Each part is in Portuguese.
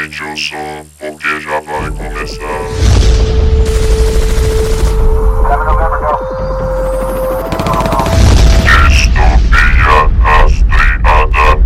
Aumente o som, porque já vai começar. Distopia Rastreada.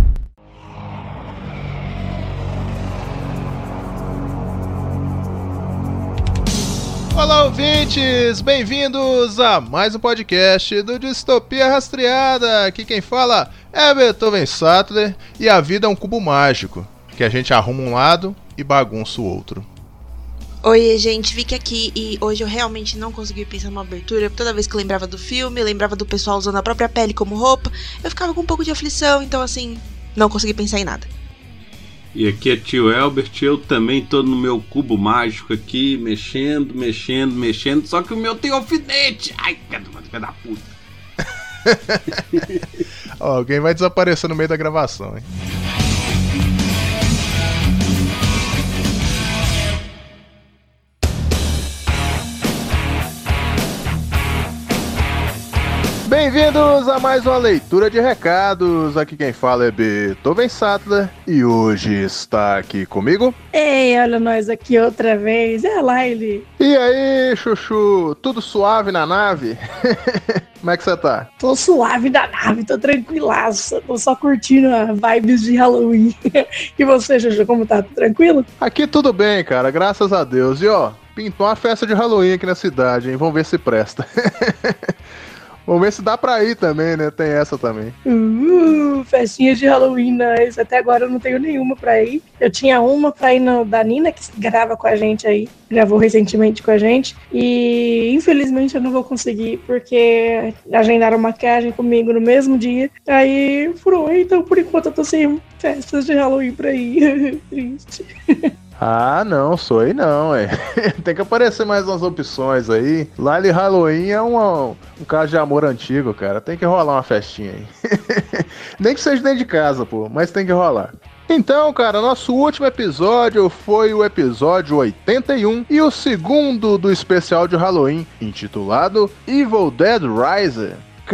Olá, ouvintes! Bem-vindos a mais um podcast do Distopia Rastreada. Aqui quem fala é Beethoven Sattler e a vida é um cubo mágico, que a gente arruma um lado e bagunça o outro. Oi, gente, Vicky aqui e hoje eu realmente não consegui pensar numa abertura. Toda vez que eu lembrava do filme, lembrava do pessoal usando a própria pele como roupa, eu ficava com um pouco de aflição, então assim, não consegui pensar em nada. E aqui é tio Elbert, eu também tô no meu cubo mágico aqui, mexendo, só que o meu tem alfinete! Ai, pé da puta! Alguém vai desaparecer no meio da gravação, hein? Bem-vindos a mais uma leitura de recados. Aqui quem fala é Beethoven Sattler e hoje está aqui comigo. Ei, olha nós aqui outra vez, é a Laile. E aí, Chuchu, tudo suave na nave? Como é que você tá? Tô suave da nave, tô tranquilaço, tô só curtindo a vibes de Halloween. E você, Chuchu, como tá? Tudo tranquilo? Aqui tudo bem, cara, graças a Deus. E ó, pintou uma festa de Halloween aqui na cidade, hein? Vamos ver se presta. Vamos ver se dá pra ir também, né? Tem essa também. Festinha de Halloween, nice. Até agora eu não tenho nenhuma pra ir. Eu tinha uma pra ir no da Nina, que grava com a gente aí. Gravou recentemente com a gente. E infelizmente eu não vou conseguir, porque agendaram maquiagem comigo no mesmo dia. Aí furou, então por enquanto eu tô sem festas de Halloween pra ir. Triste. Ah, não, sou aí não, é. Tem que aparecer mais umas opções aí. Lali Halloween é um caso de amor antigo, cara. Tem que rolar uma festinha aí. Nem que seja dentro de casa, pô, mas tem que rolar. Então, cara, nosso último episódio foi o episódio 81 e o segundo do especial de Halloween, intitulado Evil Dead Rise.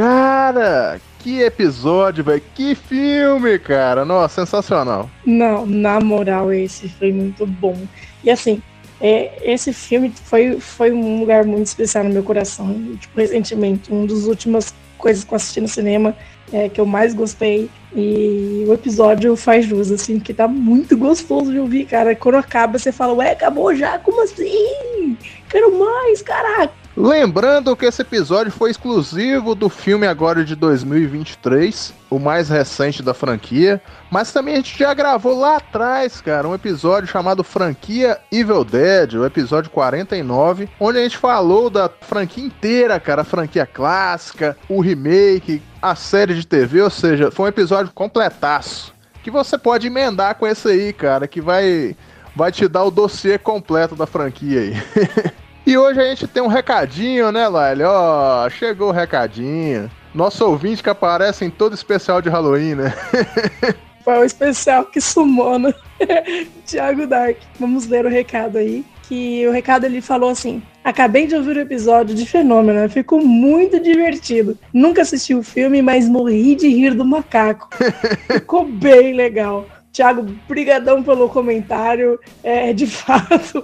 Cara, que episódio, velho. Que filme, cara. Nossa, sensacional. Não, na moral, esse foi muito bom. E assim, esse filme foi um lugar muito especial no meu coração. Tipo, recentemente, uma das últimas coisas que eu assisti no cinema que eu mais gostei. E o episódio faz jus, assim, que tá muito gostoso de ouvir, cara. Quando acaba, você fala, ué, acabou já? Como assim? Quero mais, caraca. Lembrando que esse episódio foi exclusivo do filme agora de 2023, o mais recente da franquia, mas também a gente já gravou lá atrás, cara, um episódio chamado Franquia Evil Dead, o episódio 49, onde a gente falou da franquia inteira, cara, a franquia clássica, o remake, a série de TV, ou seja, foi um episódio completaço, que você pode emendar com esse aí, cara, que vai te dar o dossiê completo da franquia aí. E hoje a gente tem um recadinho, né, Laile? Ó, chegou o recadinho. Nosso ouvinte que aparece em todo especial de Halloween, né? Foi o especial que sumou, Thiago Dark. Vamos ler o recado aí. Que o recado ele falou assim: acabei de ouvir o episódio de Fenômeno, ficou muito divertido. Nunca assisti o filme, mas morri de rir do macaco. Ficou bem legal. Thiago, brigadão pelo comentário. De fato,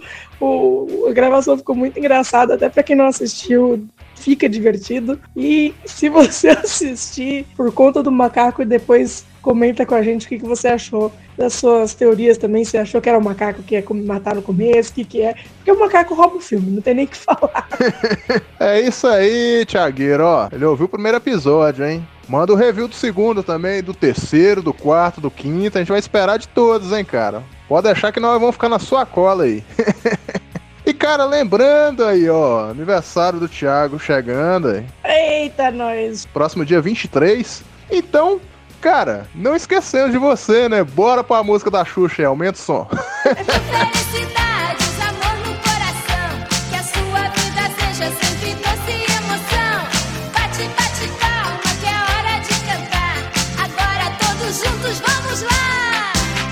a gravação ficou muito engraçada, até para quem não assistiu, fica divertido. E se você assistir por conta do macaco e depois comenta com a gente o que você achou das suas teorias também, se achou que era o macaco que ia matar no começo, o que é. Porque o macaco rouba o filme, não tem nem o que falar. É isso aí, Thiagueiro, ó. Ele ouviu o primeiro episódio, hein? Manda o review do segundo também, do terceiro, do quarto, do quinto. A gente vai esperar de todos, hein, cara. Pode deixar que nós vamos ficar na sua cola aí. E, cara, lembrando aí, ó, aniversário do Thiago chegando aí. Eita, nós! Próximo dia 23. Então, cara, não esquecendo de você, né? Bora pra música da Xuxa aí, aumenta o som. Felicidades, amor no coração, que a sua vida seja sempre doce e emoção. Bate, bate palma, que é hora de cantar. Agora todos juntos vamos lá.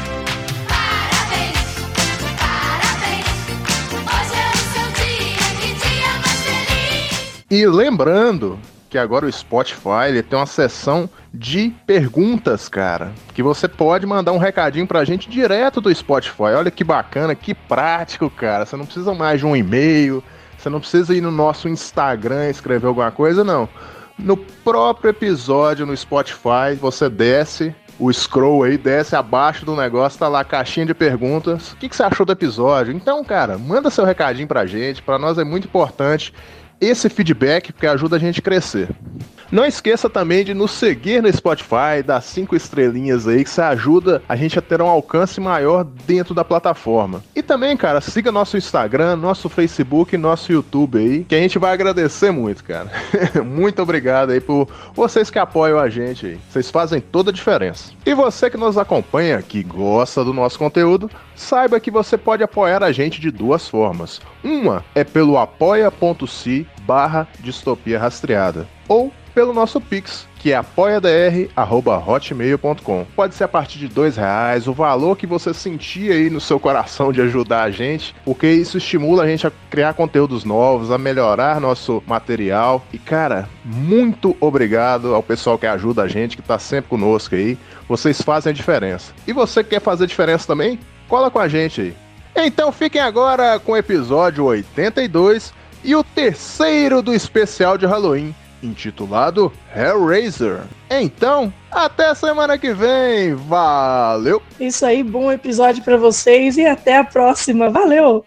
Parabéns, parabéns. Hoje é o seu dia, que dia mais feliz. E lembrando que agora o Spotify ele tem uma seção de perguntas, cara, que você pode mandar um recadinho pra gente direto do Spotify. Olha que bacana, que prático, cara. Você não precisa mais de um e-mail, você não precisa ir no nosso Instagram escrever alguma coisa, não. No próprio episódio no Spotify, você desce o scroll aí, desce abaixo do negócio, tá lá a caixinha de perguntas. O que você achou do episódio? Então, cara, manda seu recadinho pra gente. Pra nós é muito importante esse feedback, porque ajuda a gente a crescer. Não esqueça também de nos seguir no Spotify, dar 5 estrelinhas aí, que isso ajuda a gente a ter um alcance maior dentro da plataforma. E também, cara, siga nosso Instagram, nosso Facebook e nosso YouTube aí, que a gente vai agradecer muito, cara. Muito obrigado aí por vocês que apoiam a gente aí. Vocês fazem toda a diferença. E você que nos acompanha, que gosta do nosso conteúdo, saiba que você pode apoiar a gente de duas formas. Uma é pelo apoia.se/distopia rastreada, ou pelo nosso Pix, que é apoiadr@hotmail.com. Pode ser a partir de R$2, o valor que você sentir aí no seu coração de ajudar a gente, porque isso estimula a gente a criar conteúdos novos, a melhorar nosso material. E, cara, muito obrigado ao pessoal que ajuda a gente, que tá sempre conosco aí. Vocês fazem a diferença. E você que quer fazer diferença também? Cola com a gente aí. Então fiquem agora com o episódio 82 e o terceiro do especial de Halloween, intitulado Hellraiser. Então, até semana que vem. Valeu! Isso aí, bom episódio pra vocês e até a próxima. Valeu!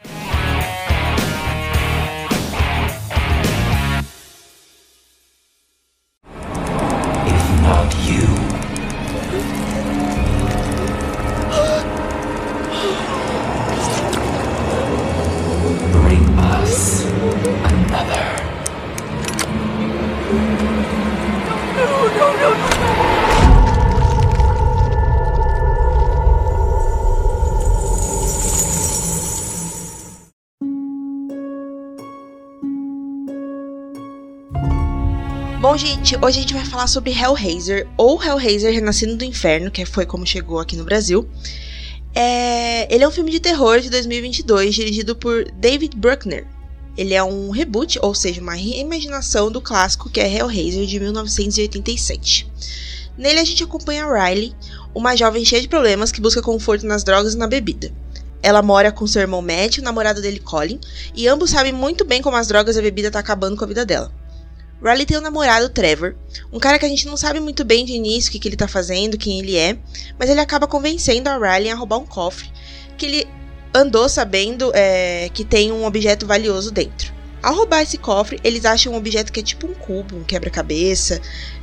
Bom, gente, hoje a gente vai falar sobre Hellraiser, ou Hellraiser Renascido do Inferno, que foi como chegou aqui no Brasil. Ele é um filme de terror de 2022, dirigido por David Bruckner. Ele é um reboot, ou seja, uma reimaginação do clássico que é Hellraiser de 1987. Nele a gente acompanha a Riley, uma jovem cheia de problemas que busca conforto nas drogas e na bebida. Ela mora com seu irmão Matt, o namorado dele Colin, e ambos sabem muito bem como as drogas e a bebida tá acabando com a vida dela. Riley tem um namorado, Trevor, um cara que a gente não sabe muito bem de início o que ele tá fazendo, quem ele é, mas ele acaba convencendo a Riley a roubar um cofre, que ele andou sabendo que tem um objeto valioso dentro. Ao roubar esse cofre, eles acham um objeto que é tipo um cubo, um quebra-cabeça.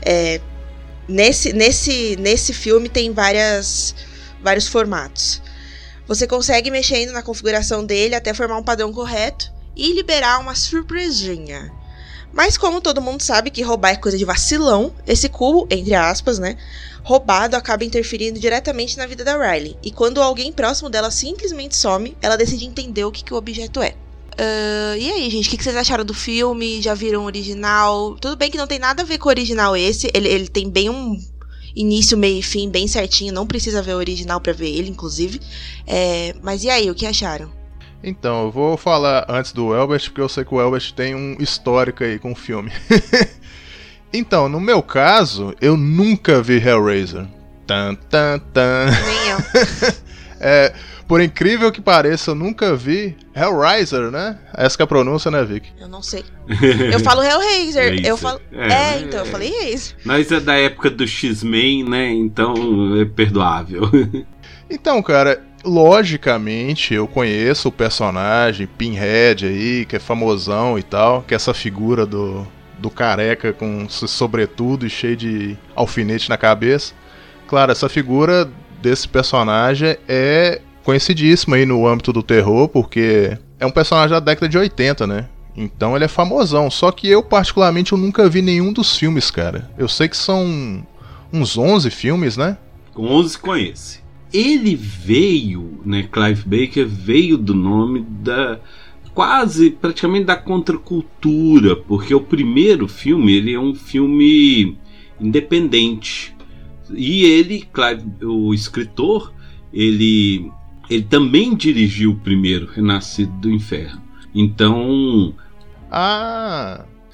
Nesse filme tem vários formatos. Você consegue mexendo na configuração dele até formar um padrão correto e liberar uma surpresinha. Mas como todo mundo sabe que roubar é coisa de vacilão, esse cubo, entre aspas, né, roubado acaba interferindo diretamente na vida da Riley. E quando alguém próximo dela simplesmente some, ela decide entender o que o objeto é. E aí, gente, o que vocês acharam do filme? Já viram o original? Tudo bem que não tem nada a ver com o original esse, ele tem bem um início, meio e fim bem certinho, não precisa ver o original pra ver ele, inclusive. Mas e aí, o que acharam? Então, eu vou falar antes do Elbert, porque eu sei que o Elbert tem um histórico aí com o filme. Então, no meu caso, eu nunca vi Hellraiser. Nem eu. Por incrível que pareça, eu nunca vi Hellraiser, né? Essa que é a pronúncia, né, Vic? Eu não sei. Eu falo Hellraiser. Eu falo... então eu falei isso. Nós é da época do X-Men, né? Então é perdoável. Então, cara, logicamente eu conheço o personagem Pinhead aí, que é famosão e tal, que é essa figura do careca com sobretudo e cheio de alfinete na cabeça. Claro, essa figura desse personagem é conhecidíssima aí no âmbito do terror, porque é um personagem da década de 80, né? Então ele é famosão, só que eu particularmente eu nunca vi nenhum dos filmes, cara. Eu sei que são uns 11 filmes, né? 11 conhece. Ele veio, né, Clive Barker veio do nome praticamente da contracultura, porque o primeiro filme, ele é um filme independente. E ele, Clive, o escritor, ele também dirigiu o primeiro, Renascido do Inferno. Então...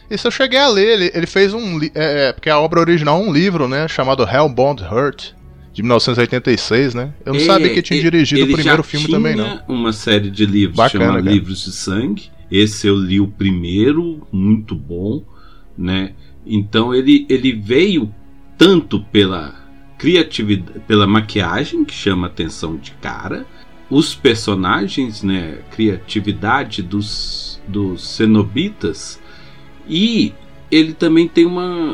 Isso eu cheguei a ler, ele fez porque a obra original é um livro, né, chamado Hellbound Heart, de 1986, né? Eu não sabia que tinha dirigido o primeiro filme também, não. Ele já tinha uma série de livros Bacana, chamada Livros de Sangue. Esse eu li o primeiro, muito bom, né? Então ele veio tanto pela criatividade, pela maquiagem, que chama atenção de cara, os personagens, né? Criatividade dos cenobitas. E ele também tem um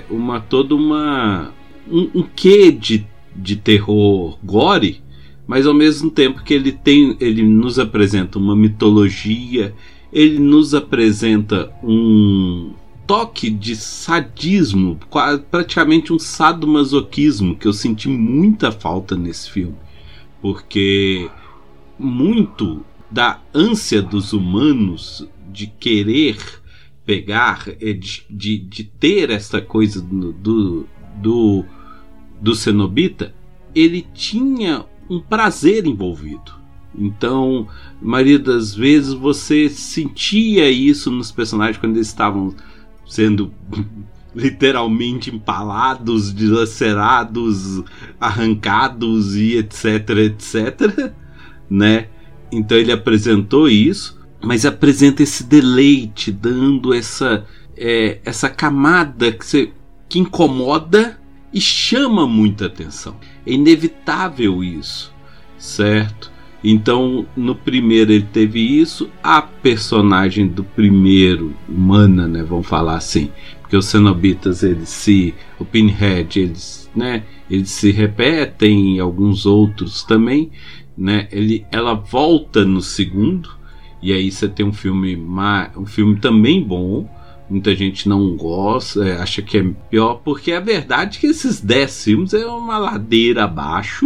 quê de terror gore, mas ao mesmo tempo que ele nos apresenta uma mitologia, ele nos apresenta um toque de sadismo, praticamente um sadomasoquismo, que eu senti muita falta nesse filme, porque muito da ânsia dos humanos de querer pegar, de ter essa coisa do cenobita, ele tinha um prazer envolvido. Então, a maioria das vezes você sentia isso nos personagens quando eles estavam sendo literalmente empalados, dilacerados, arrancados e etc, etc, né? Então ele apresentou isso, mas apresenta esse deleite, dando essa camada que incomoda e chama muita atenção. É inevitável isso, certo? Então no primeiro ele teve isso. A personagem do primeiro, humana, né, vamos falar assim, porque os cenobitas, o Pinhead, eles se repetem, alguns outros também, né? Ela volta no segundo, e aí você tem um filme também bom. Muita gente não gosta, acha que é pior, porque a verdade é que esses 10 filmes é uma ladeira abaixo,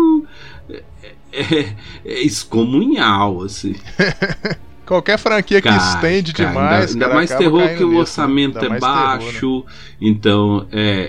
é excomunhal, assim. Qualquer franquia que estende demais, ainda mais terror, que o orçamento é baixo, terror, né? Então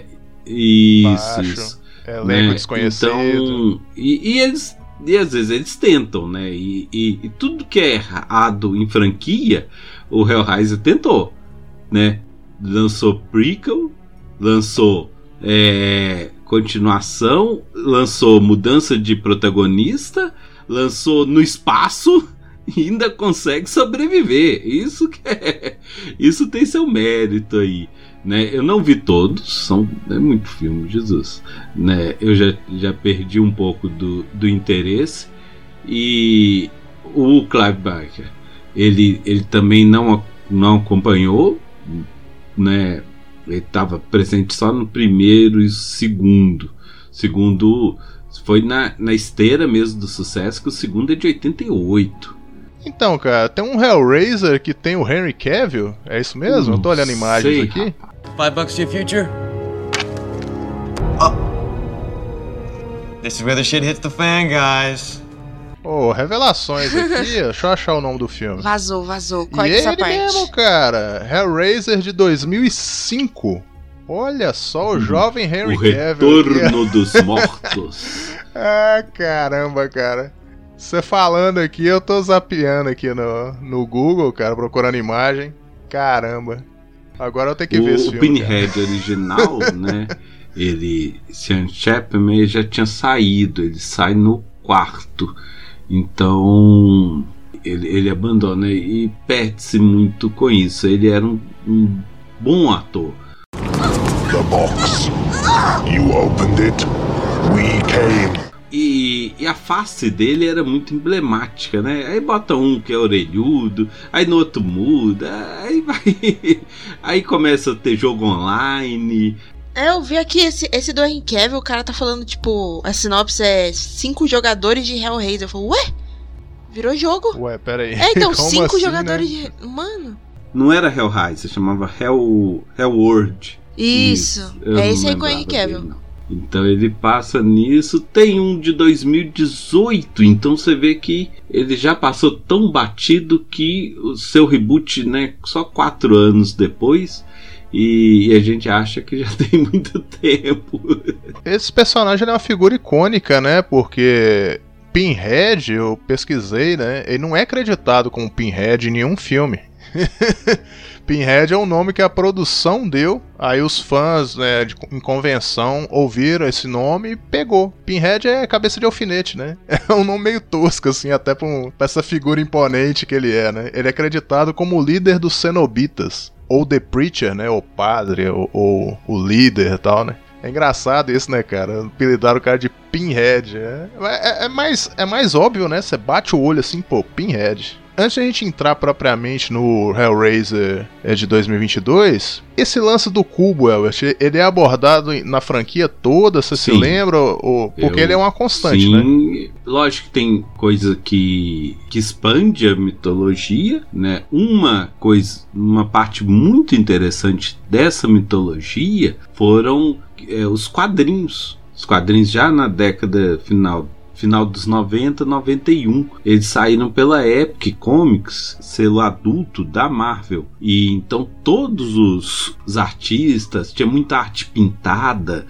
isso, elenco desconhecido. Então, e às vezes eles tentam, né? E tudo que é errado em franquia, o Hellraiser tentou, né? Lançou prequel, lançou continuação, lançou mudança de protagonista, lançou no espaço e ainda consegue sobreviver. Isso tem seu mérito aí, né? Eu não vi todos, é muito filme, Jesus, né? Eu já perdi um pouco do interesse. E o Clive Barker, ele também não acompanhou, né? Ele estava presente só no primeiro e segundo. Segundo foi na esteira mesmo do sucesso, que o segundo é de 88. Então, cara, tem um Hellraiser que tem o Henry Cavill, é isso mesmo? Eu tô olhando imagens aqui. $5 to your future? Oh. This is where the shit hits the fan, guys. Revelações aqui, deixa eu achar o nome do filme. Vazou, corta essa parte. Ele mesmo, cara, Hellraiser de 2005. Olha só, o jovem Henry Cavill. O Retorno dos Mortos. Ah, caramba, cara. Você falando aqui, eu tô zapeando aqui no Google, cara, procurando imagem. Caramba. Agora eu tenho que ver esse filme. O Pinhead original, né? Sean Chapman já tinha saído. Ele sai no quarto. Então ele abandona e perde-se muito com isso. Ele era um bom ator. The box. You opened it. We came. E a face dele era muito emblemática, né? Aí bota um que é orelhudo, aí no outro muda, aí vai. Aí começa a ter jogo online. Eu vi aqui esse do Henry Cavill, o cara tá falando, tipo, a sinopse é 5 jogadores de Hellraiser. Eu falo, ué? Virou jogo? Ué, peraí. Então, 5 assim, jogadores, né? de... Mano. Não era Hellraiser, chamava Hellworld. Isso. É esse aí com o Henry Cavill. Então ele passa nisso. Tem um de 2018, então você vê que ele já passou tão batido que o seu reboot, né, só 4 anos depois. E a gente acha que já tem muito tempo. Esse personagem é uma figura icônica, né? Porque Pinhead, eu pesquisei, né? Ele não é acreditado como Pinhead em nenhum filme. Pinhead é um nome que a produção deu, aí os fãs, né, em convenção ouviram esse nome e pegou. Pinhead é cabeça de alfinete, né? É um nome meio tosco, assim, até pra essa figura imponente que ele é, né? Ele é acreditado como o líder dos Cenobitas, ou The Preacher, né, o padre, ou o líder e tal, né? É engraçado isso, né, cara? Apelidaram o cara de Pinhead. É mais óbvio, né? Você bate o olho assim, pô, Pinhead. Antes de a gente entrar propriamente no Hellraiser de 2022, esse lance do cubo, Elbert, ele é abordado na franquia toda, você se lembra? Porque ele é uma constante, né? Sim, lógico que tem coisa que expande a mitologia, né? Uma parte muito interessante dessa mitologia foram os quadrinhos. Os quadrinhos já na década final dos 90, 91. Eles saíram pela Epic Comics, selo adulto da Marvel. E então todos os artistas, tinha muita arte pintada,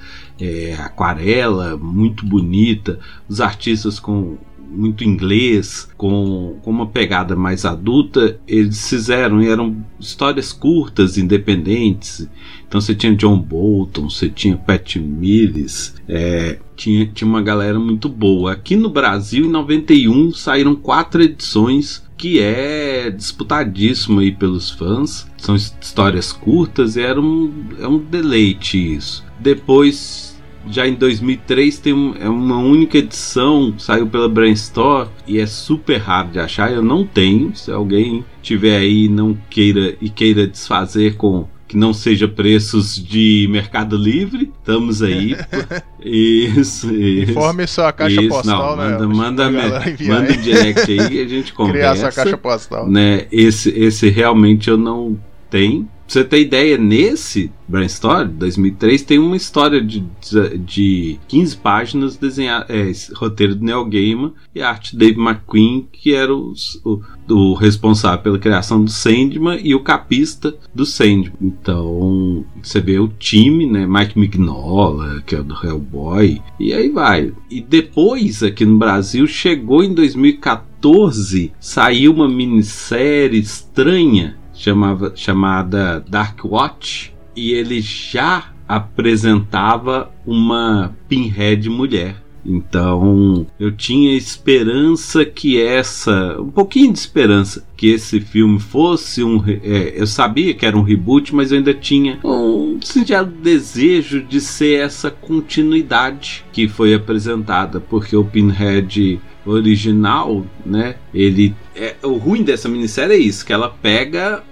aquarela, muito bonita. Os artistas com muito inglês, com uma pegada mais adulta, eles fizeram, eram histórias curtas, independentes. Então você tinha John Bolton, você tinha Pat Mills, tinha uma galera muito boa. Aqui no Brasil, em 91, saíram 4 edições, que é disputadíssimo aí pelos fãs. São histórias curtas e é um deleite isso. Depois, já em 2003, tem uma única edição, saiu pela Brainstorm e é super raro de achar. Eu não tenho, se alguém tiver aí não queira desfazer com que não seja preços de Mercado Livre, estamos aí. Isso. Informe sua caixa postal, não, né? Manda um direct aí e a gente conversa. Criar sua caixa postal. Né? Esse realmente eu não tenho. Pra você ter ideia, nesse Brainstorm 2003 tem uma história de 15 páginas desenhada, roteiro do Neil Gaiman e arte Dave McQueen, que era o responsável pela criação do Sandman e o capista do Sandman. Então você vê o time, né? Mike Mignola, que é do Hellboy, e aí vai. E depois aqui no Brasil chegou em 2014, saiu uma minissérie estranha chamada Dark Watch, e ele já apresentava uma Pinhead mulher. Então eu tinha esperança um pouquinho de esperança que esse filme fosse eu sabia que era um reboot, mas eu ainda tinha um singelo desejo de ser essa continuidade que foi apresentada, porque o Pinhead original, né, o ruim dessa minissérie é isso, que ela pega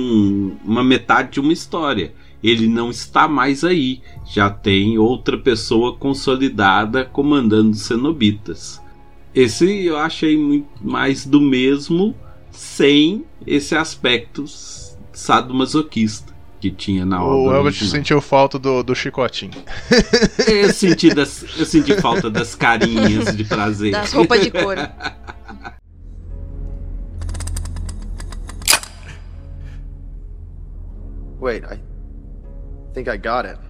uma metade de uma história. Ele não está mais aí, já tem outra pessoa consolidada comandando os Cenobitas. Esse eu achei muito mais do mesmo, sem esse aspecto sadomasoquista que tinha na obra. O Elbert sentiu falta do chicotinho. Eu senti falta das carinhas de prazer. Das roupas de couro. Wait, I think I got it.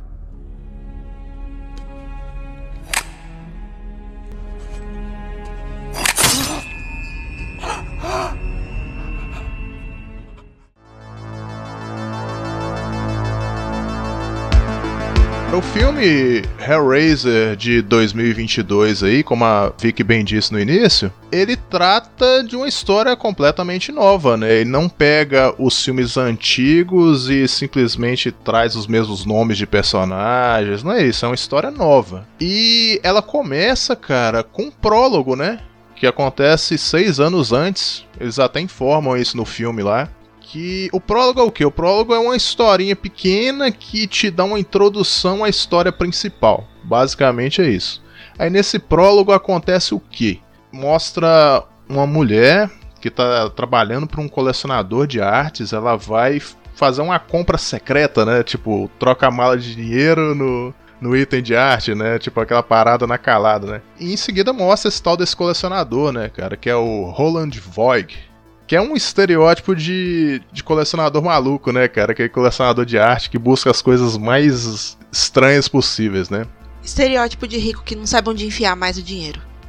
O filme Hellraiser de 2022 aí, como a Vicky bem disse no início, ele trata de uma história completamente nova, né? Ele não pega os filmes antigos e simplesmente traz os mesmos nomes de personagens, não é isso, é uma história nova. E ela começa, cara, com um prólogo, né? Que acontece 6 anos antes, eles até informam isso no filme lá. Que o prólogo é o quê? O prólogo é uma historinha pequena que te dá uma introdução à história principal. Basicamente é isso. Aí nesse prólogo acontece o quê? Mostra uma mulher que está trabalhando para um colecionador de artes. Ela vai fazer uma compra secreta, né? Tipo, troca a mala de dinheiro no item de arte, né? Tipo aquela parada na calada, né? E em seguida mostra esse tal desse colecionador, né, cara? Que é o Roland Voig. Que é um estereótipo de colecionador maluco, né, cara? Aquele colecionador de arte que busca as coisas mais estranhas possíveis, né? Estereótipo de rico que não sabe onde enfiar mais o dinheiro.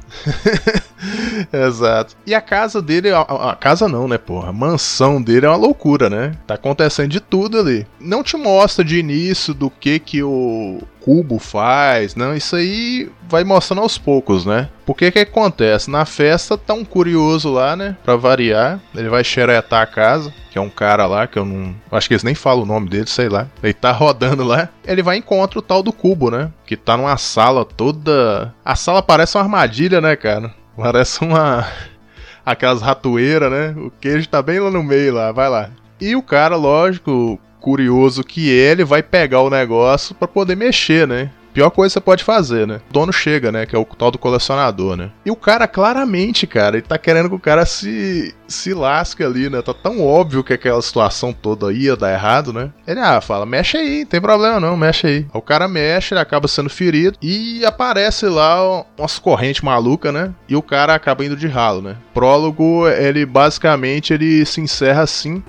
Exato. E a casa dele, a casa não, né, porra? A mansão dele é uma loucura, né? Tá acontecendo de tudo ali. Não te mostra de início do que o cubo faz, não. Isso aí vai mostrando aos poucos, né? Porque que acontece? Na festa tá um curioso lá, né? Pra variar. Ele vai xeretar a casa, que é um cara lá, que eu não... acho que eles nem falam o nome dele, sei lá. Ele tá rodando lá. Ele vai e encontra o tal do cubo, né? Que tá numa sala toda... A sala parece uma armadilha, né, cara? Parece aquelas ratoeiras, né? O queijo tá bem lá no meio lá, vai lá. E o cara, lógico, curioso que ele vai pegar o negócio pra poder mexer, né? Pior coisa que você pode fazer, né? O dono chega, né? Que é o tal do colecionador, né? E o cara, claramente, cara, ele tá querendo que o cara se lasque ali, né? Tá tão óbvio que aquela situação toda ia dar errado, né? Ele, fala, mexe aí, não tem problema não, mexe aí. O cara mexe, ele acaba sendo ferido e aparece lá umas correntes malucas, né? E o cara acaba indo de ralo, né? O prólogo, ele basicamente, ele se encerra assim.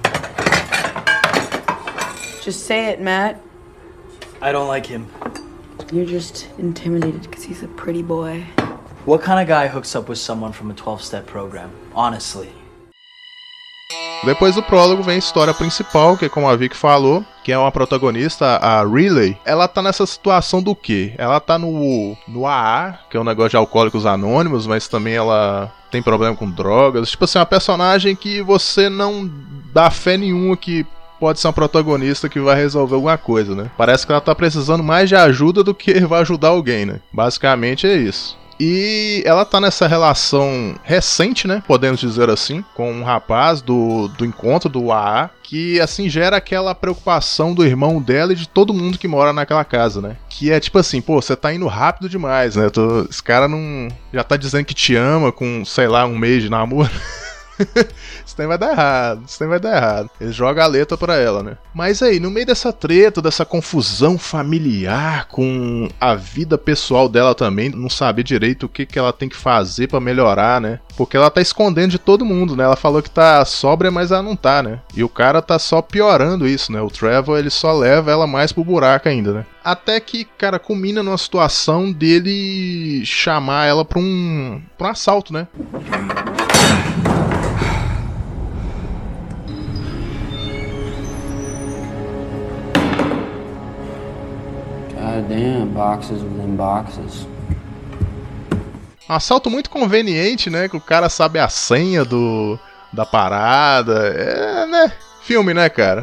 Just say it, Matt. I don't like him. You're just intimidated because he's a pretty boy. What kind of guy hooks up with someone from a 12-step program? Honestly. Depois do prólogo vem a história principal, que é como a Vicky falou, que é uma protagonista, a Riley. Ela tá nessa situação do quê? Ela tá no AA, que é um negócio de alcoólicos anônimos, mas também ela tem problema com drogas. Tipo assim, uma personagem que você não dá fé nenhuma que pode ser uma protagonista que vai resolver alguma coisa, né? Parece que ela tá precisando mais de ajuda do que vai ajudar alguém, né? Basicamente é isso. E ela tá nessa relação recente, né? Podemos dizer assim, com um rapaz do encontro do AA, que assim gera aquela preocupação do irmão dela e de todo mundo que mora naquela casa, né? Que é tipo assim, pô, você tá indo rápido demais, né? Esse cara não... já tá dizendo que te ama com, sei lá, um mês de namoro. Isso nem vai dar errado, Ele joga a letra pra ela, né? Mas aí, no meio dessa treta, dessa confusão familiar com a vida pessoal dela também, não saber direito o que ela tem que fazer pra melhorar, né? Porque ela tá escondendo de todo mundo, né? Ela falou que tá sóbria, mas ela não tá, né? E o cara tá só piorando isso, né? O Trevor, ele só leva ela mais pro buraco ainda, né? Até que, cara, culmina numa situação dele chamar ela pra um assalto, né? Damn, boxes within boxes. Um assalto muito conveniente, né? Que o cara sabe a senha da parada. É, né? Filme, né, cara?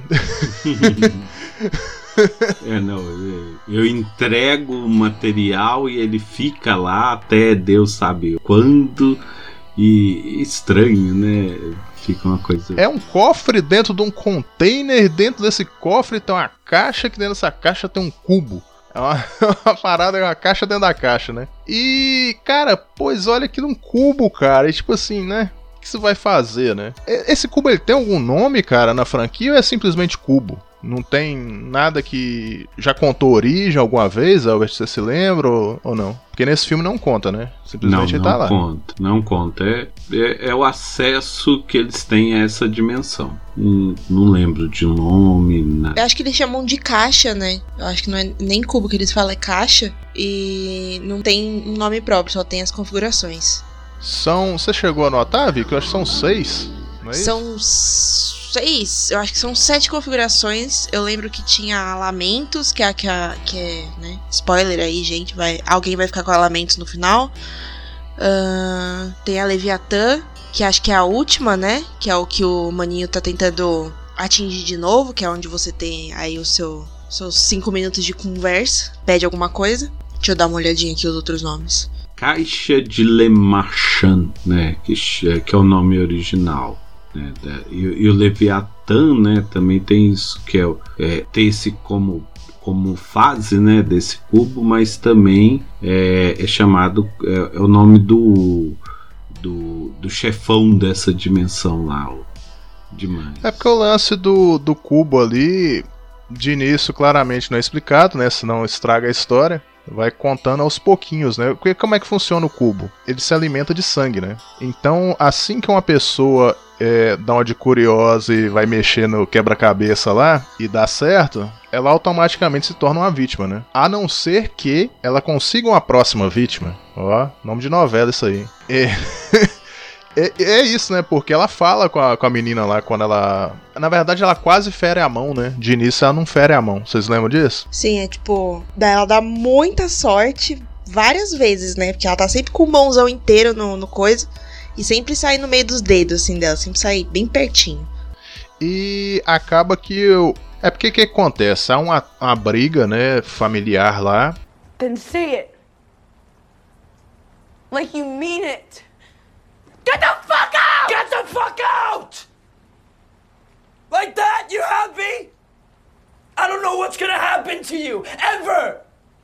Eu entrego o material e ele fica lá até Deus sabe quando. E estranho, né? Fica uma coisa... É um cofre dentro de um container. Dentro desse cofre tem uma caixa, que dentro dessa caixa tem um cubo. É uma parada, uma caixa dentro da caixa, né? E, cara, pois olha aqui num cubo, cara. E tipo assim, né? O que isso vai fazer, né? Esse cubo, ele tem algum nome, cara, na franquia ou é simplesmente cubo? Não tem nada que já contou origem alguma vez, Albert, você se lembra ou não? Porque nesse filme não conta, né? Simplesmente ele tá lá. Não conta. É o acesso que eles têm a essa dimensão. Não lembro de um nome, nada. Eu acho que eles chamam de caixa, né? Eu acho que não é nem cubo que eles falam, é caixa. E não tem um nome próprio, só tem as configurações. Você chegou a notar, Vicky? Eu acho que são 6, não é isso? São 6, eu acho que são 7 configurações. Eu lembro que tinha Lamentos, que é, né? Spoiler aí, gente. Alguém vai ficar com Lamentos no final. Tem a Leviatã, que acho que é a última, né? Que é o que o maninho tá tentando atingir de novo, que é onde você tem aí os seus 5 minutos de conversa. Pede alguma coisa. Deixa eu dar uma olhadinha aqui os outros nomes. Caixa de Le Marchand, né? Que é o nome original. Né? E o Leviatã, né? Também tem isso, que tem esse como fase, né? Desse cubo, mas também é chamado, é o nome do chefão dessa dimensão lá, demais. É porque o lance do cubo ali De início, claramente não é explicado, né? Senão estraga a história. Vai contando aos pouquinhos, né? Porque como é que funciona o cubo? Ele se alimenta de sangue, né? Então, assim que uma pessoa dá uma de curiosa e vai mexer no quebra-cabeça lá e dá certo, ela automaticamente se torna uma vítima, né? A não ser que ela consiga uma próxima vítima. Ó, nome de novela isso aí. É isso, né? Porque ela fala com a menina lá quando ela... Na verdade, ela quase fere a mão, né? De início, ela não fere a mão. Vocês lembram disso? Sim, é tipo... Ela dá muita sorte várias vezes, né? Porque ela tá sempre com o mãozão inteiro no coisa. E sempre sai no meio dos dedos, assim, dela. Sempre sai bem pertinho. E acaba que... É porque o que acontece? Há uma briga, né? Familiar lá. Then say it. Like you mean it. Get the fuck out! Get the fuck out! Like that, you happy? I don't know what's gonna happen to you, ever!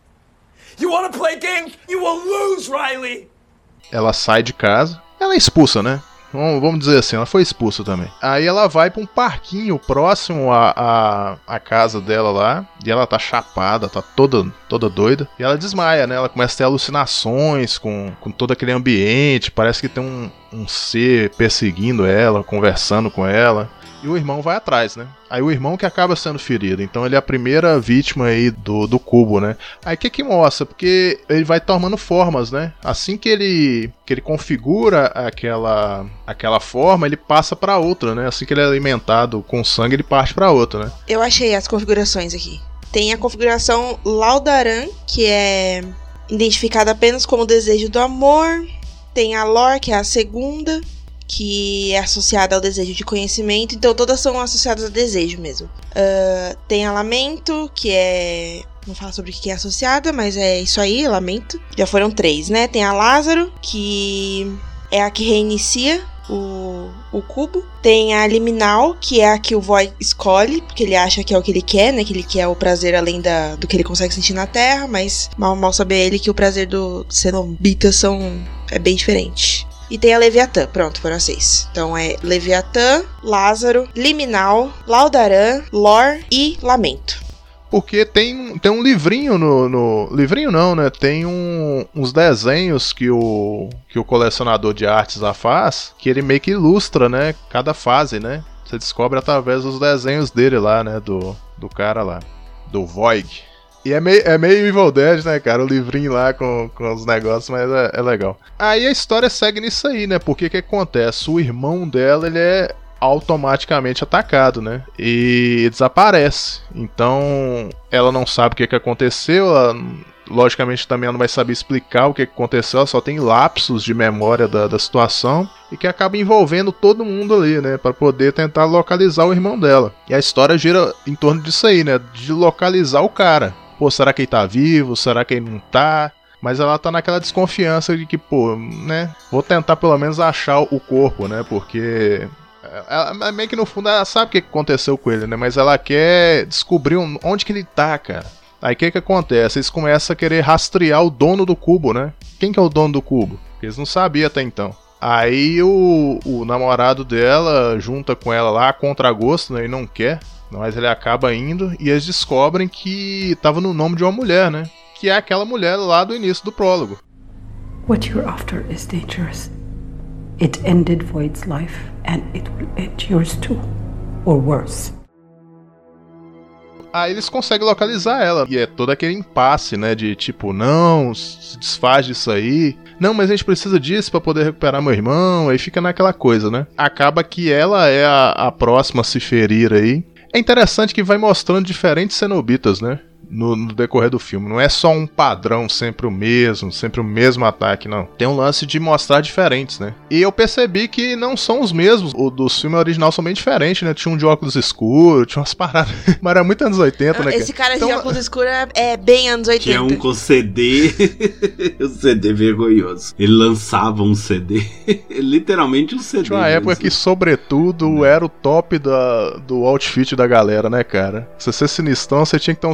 You wanna play games? You will lose, Riley! Ela sai de casa. Ela é expulsa, né? Vamos dizer assim, ela foi expulsa também. Aí ela vai pra um parquinho próximo à casa dela lá. E ela tá chapada, tá toda doida. E ela desmaia, né? Ela começa a ter alucinações com todo aquele ambiente. Parece que tem um ser perseguindo ela, conversando com ela. E o irmão vai atrás, né? Aí o irmão que acaba sendo ferido. Então ele é a primeira vítima aí do cubo, né? Aí o que mostra? Porque ele vai tomando formas, né? Assim que ele configura aquela forma, ele passa pra outra, né? Assim que ele é alimentado com sangue, ele parte pra outra, né? Eu achei as configurações aqui. Tem a configuração Laudaran, que é identificada apenas como desejo do amor. Tem a Lore, que é a segunda, que é associada ao desejo de conhecimento. Então todas são associadas a desejo mesmo. Tem a Lamento, que é... Não fala sobre o que é associada, mas é isso aí, Lamento. Já foram 3, né? Tem a Lázaro, que é a que reinicia o cubo. Tem a Liminal, que é a que o Void escolhe, porque ele acha que é o que ele quer, né? Que ele quer o prazer além do que ele consegue sentir na Terra, mas mal sabe ele que o prazer do Cenobita é bem diferente. E tem a Leviatã, pronto, foram as 6. Então é Leviatã, Lázaro, Liminal, Laudaran, Lore e Lamento. Porque tem um livrinho no livrinho não, né? Tem uns desenhos que o colecionador de artes lá faz, que ele meio que ilustra, né? Cada fase, né? Você descobre através dos desenhos dele lá, né? Do cara lá, do Void. E é meio Evil Dead, né, cara? O livrinho lá com os negócios, mas é legal. Aí a história segue nisso aí, né? Porque o que acontece? O irmão dela, ele é automaticamente atacado, né? E desaparece. Então, ela não sabe o que aconteceu. Ela, logicamente, também não vai saber explicar o que aconteceu. Ela só tem lapsos de memória da situação. E que acaba envolvendo todo mundo ali, né? Pra poder tentar localizar o irmão dela. E a história gira em torno disso aí, né? De localizar o cara. Pô, será que ele tá vivo? Será que ele não tá? Mas ela tá naquela desconfiança de que, pô, né? Vou tentar pelo menos achar o corpo, né? Porque ela meio que no fundo ela sabe o que aconteceu com ele, né? Mas ela quer descobrir onde que ele tá, cara. Aí o que acontece? Eles começam a querer rastrear o dono do cubo, né? Quem que é o dono do cubo? Eles não sabiam até então. Aí o namorado dela junta com ela lá a contragosto, né? E não quer. Mas ele acaba indo e eles descobrem que tava no nome de uma mulher, né? Que é aquela mulher lá do início do prólogo. What you're after is dangerous. It ended Void's life, and it will end yours too. Or worse. Aí eles conseguem localizar ela. E é todo aquele impasse, né? De tipo, não, se desfaz disso aí. Não, mas a gente precisa disso pra poder recuperar meu irmão. Aí fica naquela coisa, né? Acaba que ela é a próxima a se ferir aí. É interessante que vai mostrando diferentes cenobitas, né? No decorrer do filme. Não é só um padrão, sempre o mesmo ataque, não. Tem um lance de mostrar diferentes, né? E eu percebi que não são os mesmos. O dos filmes original são bem diferentes, né? Tinha um de óculos escuros, tinha umas paradas. Mas era muito anos 80, né? Esse cara de óculos escuros é bem anos 80. Tinha um com CD. Um CD vergonhoso. Ele lançava um CD. Literalmente um CD. Tinha uma época que, sobretudo, era o top do outfit da galera, né, cara? Se você sinistrão, você tinha que ter um sobretudo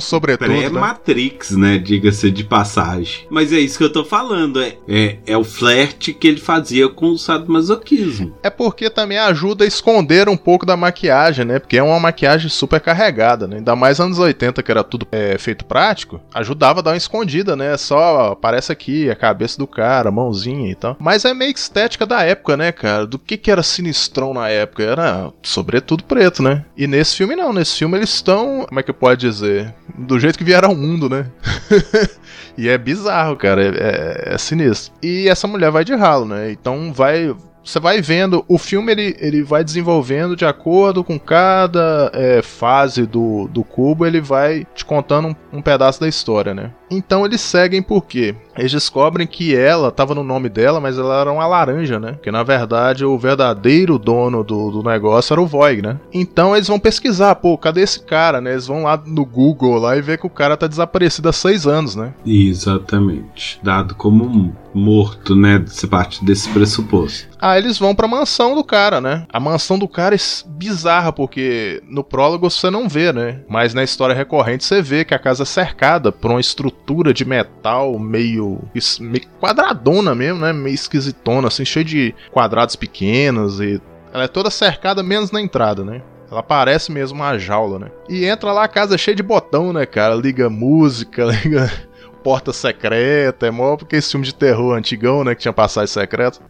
pré-Matrix, né? Diga-se de passagem. Mas é isso que eu tô falando. É o flerte que ele fazia com o sadomasoquismo. É porque também ajuda a esconder um pouco da maquiagem, né? Porque é uma maquiagem super carregada, né? Ainda mais anos 80, que era tudo feito prático, ajudava a dar uma escondida, né? Só aparece aqui a cabeça do cara, a mãozinha e tal. Mas é meio que estética da época, né, cara? Do que era sinistrão na época? Era sobretudo preto, né? E nesse filme não. Nesse filme eles estão, como é que pode dizer? Do jeito que vieram ao mundo, né? E é bizarro, cara. É sinistro. E essa mulher vai de ralo, né? Então você vai vendo, o filme ele vai desenvolvendo de acordo com cada fase do cubo, ele vai te contando um pedaço da história, né? Então eles seguem por quê? Eles descobrem que ela, tava no nome dela, mas ela era uma laranja, né? Que na verdade o verdadeiro dono do negócio era o Voig, né? Então eles vão pesquisar, pô, cadê esse cara, né? Eles vão lá no Google lá e ver que o cara tá desaparecido há 6 anos, né? Exatamente. Dado como morto, né? Você parte desse pressuposto. Aí eles vão pra mansão do cara, né? A mansão do cara é bizarra, porque no prólogo você não vê, né? Mas na história recorrente você vê que a casa é cercada por uma estrutura de metal meio quadradona mesmo, né? Meio esquisitona, assim, cheio de quadrados pequenos e ela é toda cercada menos na entrada, né? Ela parece mesmo uma jaula, né? E entra lá, a casa cheia de botão, né, cara? Liga música, liga porta secreta, é mó porque esse filme de terror antigão, né, que tinha passagem secreta.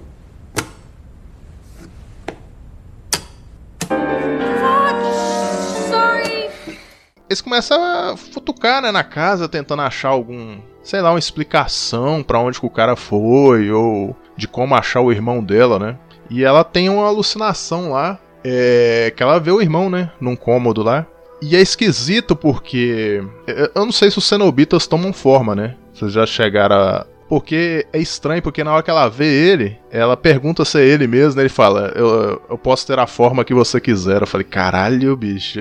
Eles começam a futucar, né, na casa, tentando achar uma explicação pra onde que o cara foi, ou de como achar o irmão dela, né? E ela tem uma alucinação lá, que ela vê o irmão, né, num cômodo lá. E é esquisito porque, eu não sei se os cenobitas tomam forma, né? Vocês já chegaram a... Porque é estranho, porque na hora que ela vê ele, ela pergunta se é ele mesmo, né? Ele fala, eu posso ter a forma que você quiser. Eu falei, caralho, bicho.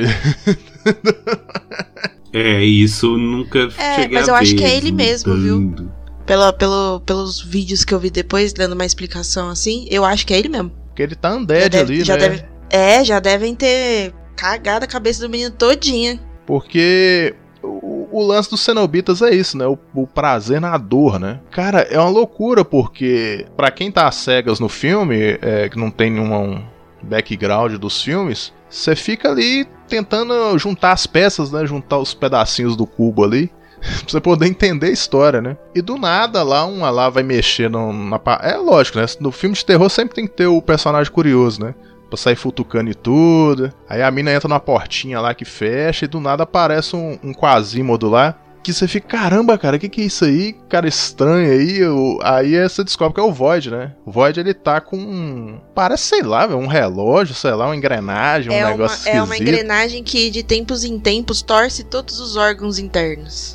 Isso nunca cheguei a ver. Mas eu acho que é ele mesmo, viu? Pelos vídeos que eu vi depois, dando uma explicação assim, eu acho que é ele mesmo. Porque ele tá undead ali, né? Já devem ter cagado a cabeça do menino todinha. Porque... O lance dos cenobitas é isso, né? O prazer na dor, né? Cara, é uma loucura, porque pra quem tá às cegas no filme, que não tem nenhum background dos filmes, você fica ali tentando juntar as peças, né? Juntar os pedacinhos do cubo ali, pra você poder entender a história, né? E do nada uma lá vai mexer na... É lógico, né? No filme de terror sempre tem que ter o personagem curioso, né? Pra sair futucando e tudo. Aí a mina entra numa portinha lá que fecha e do nada aparece um quasímodo lá. Que você fica, caramba, cara, que é isso aí? Cara estranho aí. Aí você descobre que é o Void, né? O Void, ele tá com parece, sei lá, um relógio, sei lá, uma engrenagem, um negócio esquisito. É uma engrenagem que de tempos em tempos torce todos os órgãos internos.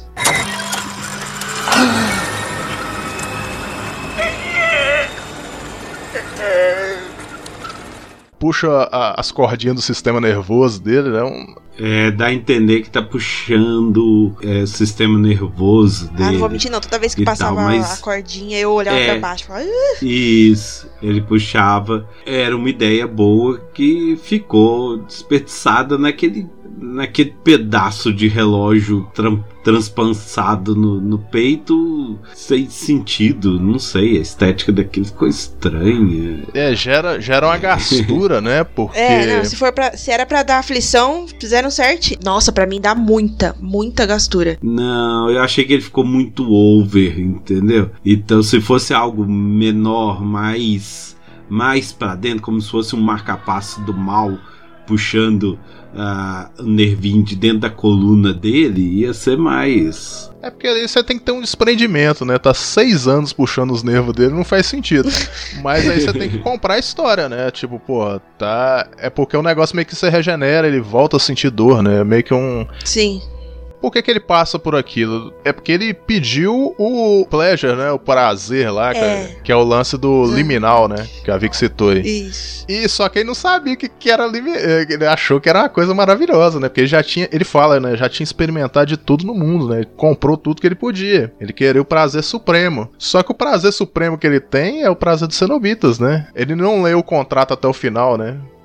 Puxa as cordinhas do sistema nervoso dele, né? Dá a entender que tá puxando o sistema nervoso dele. Não vou mentir não, toda vez que passava a cordinha eu olhava pra baixo e falava... Isso, ele puxava. Era uma ideia boa que ficou desperdiçada naquele pedaço de relógio transpansado no peito, sem sentido, não sei, a estética daquilo ficou estranha. Gera uma gastura, né? Porque... se era pra dar aflição, fizeram certo. Nossa, pra mim dá muita gastura. Não, eu achei que ele ficou muito over, entendeu? Então, se fosse algo menor, mais pra dentro, como se fosse um marca-passo do mal puxando o nervinho de dentro da coluna dele, ia ser mais... É porque ali você tem que ter um desprendimento, né? Tá 6 anos puxando os nervos dele, não faz sentido. Mas aí você tem que comprar a história, né? Tipo, pô, tá... É porque o negócio meio que se regenera, ele volta a sentir dor, né? Meio que um... Sim. Por que ele passa por aquilo? É porque ele pediu o pleasure, né? O prazer lá, que é o lance do liminal, né? Que a Vic citou aí. Isso. E só que ele não sabia que era liminal. Ele achou que era uma coisa maravilhosa, né? Porque ele fala, né? Já tinha experimentado de tudo no mundo, né? Ele comprou tudo que ele podia. Ele queria o prazer supremo. Só que o prazer supremo que ele tem é o prazer dos cenobitas, né? Ele não lê o contrato até o final, né?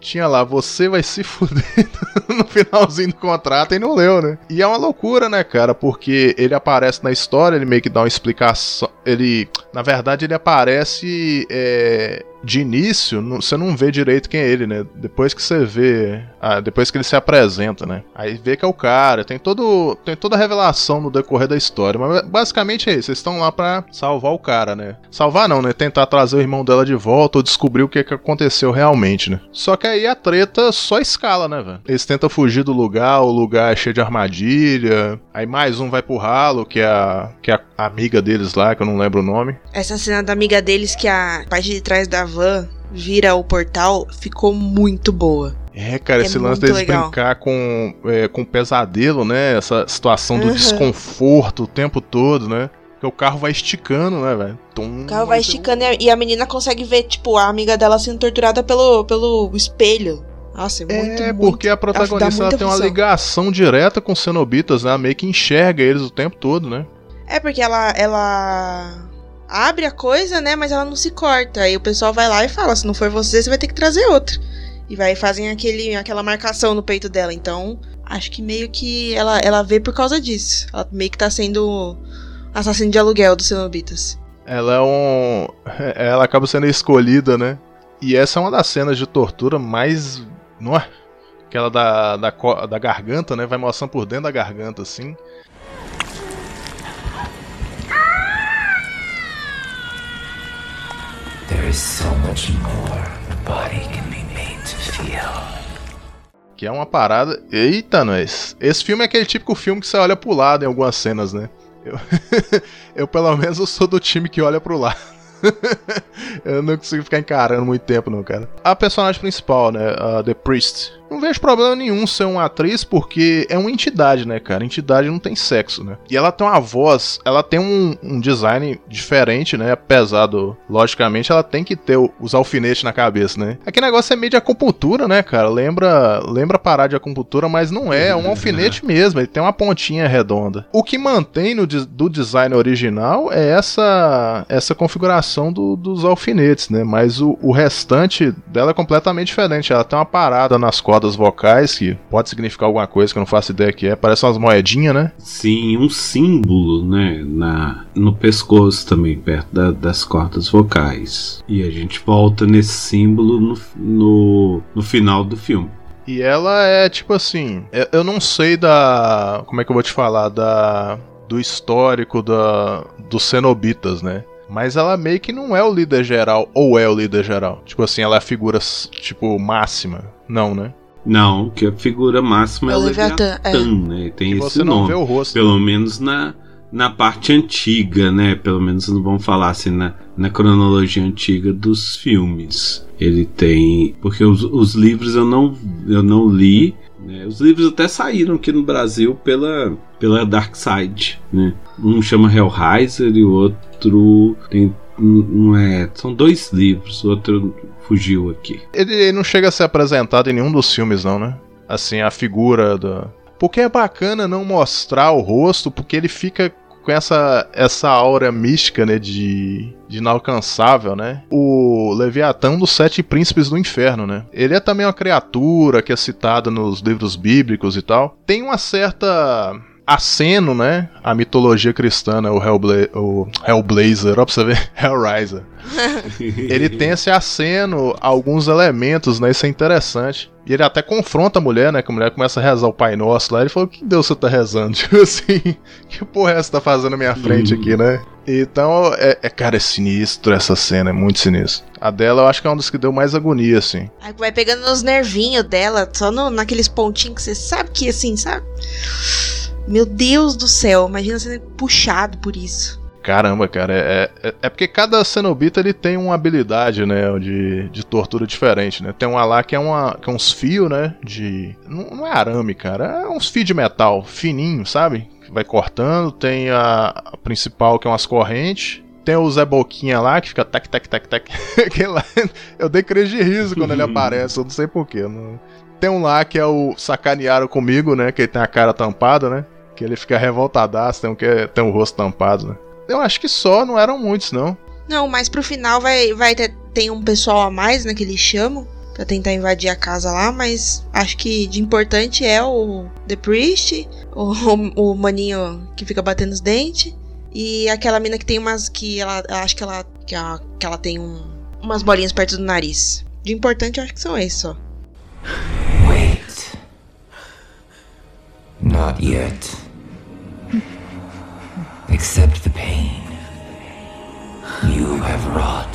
tinha lá, você vai se fuder no finalzinho do contrato e não leu, né? E é uma loucura, né, cara? Porque ele aparece na história, ele meio que dá uma explicação. Na verdade, ele aparece de início, você não vê direito quem é ele, né? Depois que você vê, depois que ele se apresenta, né? Aí vê que é o cara, tem toda a revelação no decorrer da história. Mas basicamente é isso, eles estão lá pra salvar o cara, né? Salvar não, né? Tentar trazer o irmão dela de volta ou descobrir o que aconteceu realmente, né? Só que aí a treta só escala, né, velho? Eles tentam fugir do lugar, o lugar é cheio de armadilha. Aí mais um vai pro ralo, que é a amiga deles lá, que eu não lembro o nome. Essa cena da amiga deles, que a parte de trás da van vira o portal, ficou muito boa. Cara, esse lance deles legal. Brincar com pesadelo, né? Essa situação do desconforto o tempo todo, né? Porque o carro vai esticando, né, velho? O carro vai esticando e a menina consegue ver, tipo, a amiga dela sendo torturada pelo espelho. Nossa, é muito, porque a protagonista ela tem uma ligação direta com os cenobitas, né? Ela meio que enxerga eles o tempo todo, né? É porque ela abre a coisa, né? Mas ela não se corta. Aí o pessoal vai lá e fala, se não for você vai ter que trazer outra. E fazem aquela marcação no peito dela. Então, acho que meio que ela vê por causa disso. Ela meio que tá sendo assassino de aluguel dos cenobitas. Ela acaba sendo escolhida, né? E essa é uma das cenas de tortura mais... Não é? Aquela da garganta, né? Vai mostrando por dentro da garganta, assim. There is so much more the body can be made to feel. Que é uma parada... Eita, nós! Esse filme é aquele típico filme que você olha pro lado em algumas cenas, né? Eu pelo menos eu sou do time que olha pro lado. Eu não consigo ficar encarando muito tempo não, cara. A personagem principal, né, a The Priest, não vejo problema nenhum ser uma atriz, porque é uma entidade, né, cara. Entidade não tem sexo, né. E ela tem uma voz, ela tem um design diferente, né, apesar do... Logicamente ela tem que ter os alfinetes na cabeça, né. Aquele negócio é meio de acupuntura, né, cara. Lembra parar de acupuntura, mas não é um alfinete mesmo, ele tem uma pontinha redonda. O que mantém do design original é essa configuração dos alfinetes, né? Mas o restante dela é completamente diferente. Ela tem uma parada nas cordas vocais que pode significar alguma coisa que eu não faço ideia que é. Parece umas moedinhas, né? Sim, um símbolo, né? No pescoço também, perto das cordas vocais. E a gente volta nesse símbolo no final do filme. E ela é tipo assim... Eu não sei como é que eu vou te falar? Do histórico dos cenobitas, né? Mas ela meio que não é o líder geral, ou é o líder geral? Tipo assim, ela é a figura, tipo, máxima. Não, né? Não, que a figura máxima é o Leviatã, né? Tem esse você nome. Não vê o rosto. Pelo menos na parte antiga, né? Pelo menos não vamos falar assim na cronologia antiga dos filmes. Ele tem... Porque os livros eu não li, né? Os livros até saíram aqui no Brasil pela Dark Side, né? Um chama Hellraiser e o outro tem... Não é, são 2 livros, o outro fugiu aqui. Ele não chega a ser apresentado em nenhum dos filmes, não, né? Assim, a figura Porque é bacana não mostrar o rosto, porque ele fica com essa aura mística, né, de inalcançável, né? O Leviatã dos 7 príncipes do inferno, né? Ele é também uma criatura que é citada nos livros bíblicos e tal. Tem uma certa... aceno, né? A mitologia cristã, né? O Hellblazer, ó, pra você ver, Hellraiser. Ele tem esse aceno a alguns elementos, né? Isso é interessante. E ele até confronta a mulher, né? Que a mulher começa a rezar o Pai Nosso lá. Ele falou, que Deus você tá rezando? Tipo assim, que porra é essa que tá fazendo na minha frente aqui, né? Então, cara, é sinistro essa cena, é muito sinistro. A dela eu acho que é um dos que deu mais agonia, assim. Aí vai pegando nos nervinhos dela, só naqueles pontinhos que você sabe que, assim, sabe? Meu Deus do céu, imagina sendo puxado por isso. Caramba, cara, é porque cada cenobita ele tem uma habilidade, né, de tortura diferente, né? Tem uma lá que é uns fios, né, não é arame, cara, é uns fios de metal, fininho, sabe? Vai cortando, tem a principal que é umas correntes, tem o Zé Boquinha lá que fica tac, tac, tac, tac, eu dei crise de riso quando ele aparece, eu não sei porquê, não... Tem um lá que é o Sacanearam Comigo, né, que ele tem a cara tampada, né, que ele fica revoltadaço, tem o rosto tampado, né. Eu acho que só, não eram muitos, não. Não, mas pro final tem um pessoal a mais, né, que eles chamam. pra tentar invadir a casa lá, mas acho que de importante é o The Priest, o maninho que fica batendo os dentes, e aquela mina que tem umas, que ela, acho que ela tem umas bolinhas perto do nariz. De importante eu acho que são esses só. Wait. Not yet. Accept the pain you have wrought.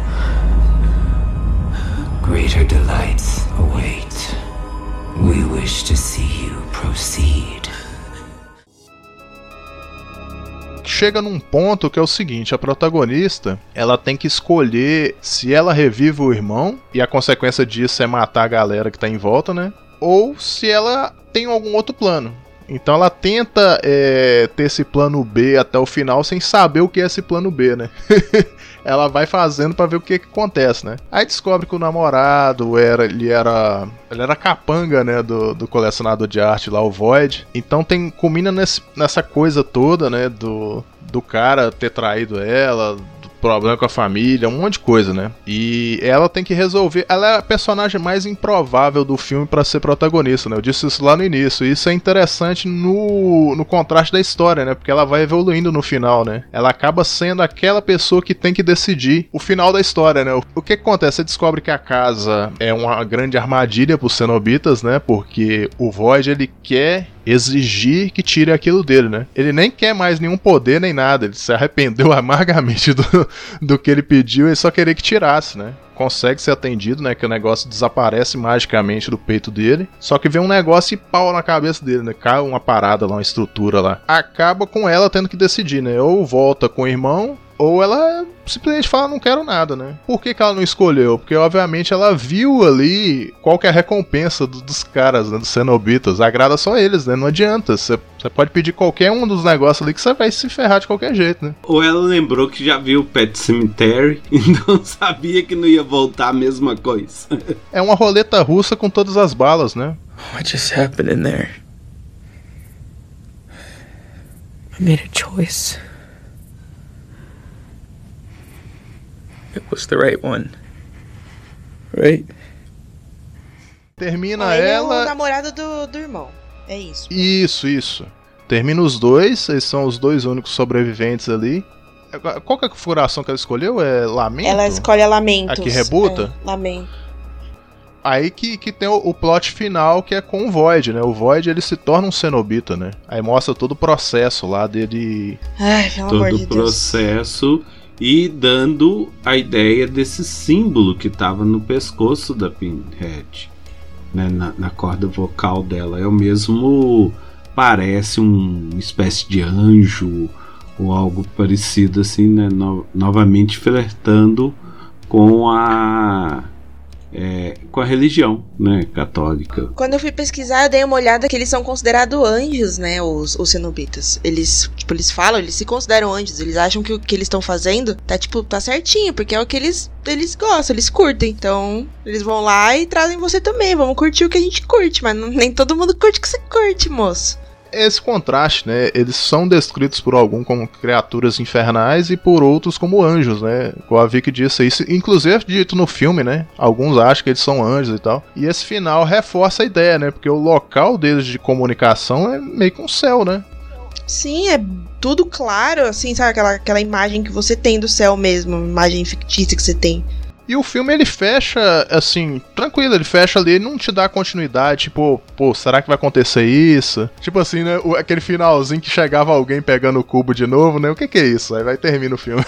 Greater delights await. We wish to see you proceed. Chega num ponto que é o seguinte, a protagonista, ela tem que escolher se ela revive o irmão, e a consequência disso é matar a galera que tá em volta, né? Ou se ela tem algum outro plano. Então ela tenta ter esse plano B até o final sem saber o que é esse plano B, né? Ela vai fazendo pra ver o que acontece, né? Aí descobre que o namorado ele era capanga, né, do colecionador de arte lá, o Void. Então culmina nessa coisa toda, né, do cara ter traído ela, problema com a família, um monte de coisa, né? E ela tem que resolver. Ela é a personagem mais improvável do filme pra ser protagonista, né? Eu disse isso lá no início. E isso é interessante no contraste da história, né? Porque ela vai evoluindo no final, né? Ela acaba sendo aquela pessoa que tem que decidir o final da história, né? O que acontece? Você descobre que a casa é uma grande armadilha pros cenobitas, né? Porque o Void, ele quer exigir que tire aquilo dele, né? Ele nem quer mais nenhum poder nem nada, ele se arrependeu amargamente do que ele pediu e só queria que tirasse, né? Consegue ser atendido, né? Que o negócio desaparece magicamente do peito dele. Só que vem um negócio e pau na cabeça dele, né? Cai uma parada lá, uma estrutura lá. Acaba com ela tendo que decidir, né? Ou volta com o irmão, ou ela simplesmente fala, não quero nada, né? Por que ela não escolheu? Porque, obviamente, ela viu ali qual que é a recompensa dos caras, né? Dos cenobitas. Agrada só eles, né? Não adianta. Você pode pedir qualquer um dos negócios ali que você vai se ferrar de qualquer jeito, né? Ou ela lembrou que já viu o Pet Cemetery e não sabia que não ia voltar a mesma coisa. É uma roleta russa com todas as balas, né? What just happened in there? I made a choice. It was the right one. Right? Termina ele ela... é o namorado do irmão. É isso. Isso. Termina os dois, eles são os dois únicos sobreviventes ali. Qual que é a configuração que ela escolheu? É Lamento? Ela escolhe a Lamentos. A que rebuta? É, Lamento. Aí que tem o plot final, que é com o Void, né? O Void, ele se torna um cenobita, né? Aí mostra todo o processo lá dele... Ai, pelo amor de Deus. Todo o processo... E dando a ideia desse símbolo que estava no pescoço da Pinhead, né, na corda vocal dela. É o mesmo, parece uma espécie de anjo ou algo parecido assim, né, novamente flertando com a religião, né, católica. Quando eu fui pesquisar, eu dei uma olhada que eles são considerados anjos, né, os cenobitas. Eles falam, eles se consideram anjos, eles acham que o que eles estão fazendo tá certinho, porque é o que eles gostam, eles curtem. Então, eles vão lá e trazem você também, vamos curtir o que a gente curte, mas nem todo mundo curte o que você curte, moço. Esse contraste, né? Eles são descritos por alguns como criaturas infernais e por outros como anjos, né? O a Vicky disse isso, inclusive dito no filme, né? Alguns acham que eles são anjos e tal. E esse final reforça a ideia, né? Porque o local deles de comunicação é meio que um céu, né? Sim, é tudo claro, assim, sabe? Aquela imagem que você tem do céu mesmo, imagem fictícia que você tem. E o filme, ele fecha, assim, tranquilo, ele fecha ali, ele não te dá continuidade, tipo, pô, será que vai acontecer isso? Tipo assim, né, aquele finalzinho que chegava alguém pegando o cubo de novo, né, o que é isso? Aí vai terminar o filme.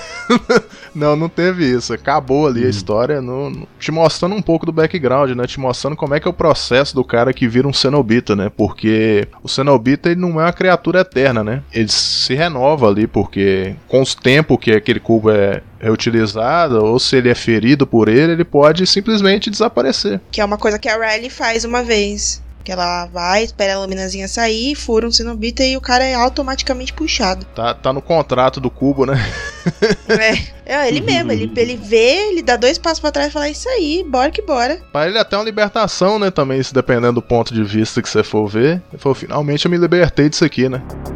Não teve isso, acabou ali a história, te mostrando um pouco do background, né, te mostrando como é que é o processo do cara que vira um cenobita, né, porque o cenobita, ele não é uma criatura eterna, né, ele se renova ali, porque com o tempo que aquele cubo é reutilizado, ou se ele é ferido por ele pode simplesmente desaparecer. Que é uma coisa que a Riley faz uma vez. Que ela vai, espera a laminazinha sair, fura um cenobita e o cara é automaticamente puxado. Tá no contrato do cubo, né? Ele mesmo, ele vê, ele dá 2 passos pra trás e fala, isso aí, bora que bora. Pra ele é até uma libertação, né, também, se dependendo do ponto de vista que você for ver. Ele falou, finalmente eu me libertei disso aqui, né?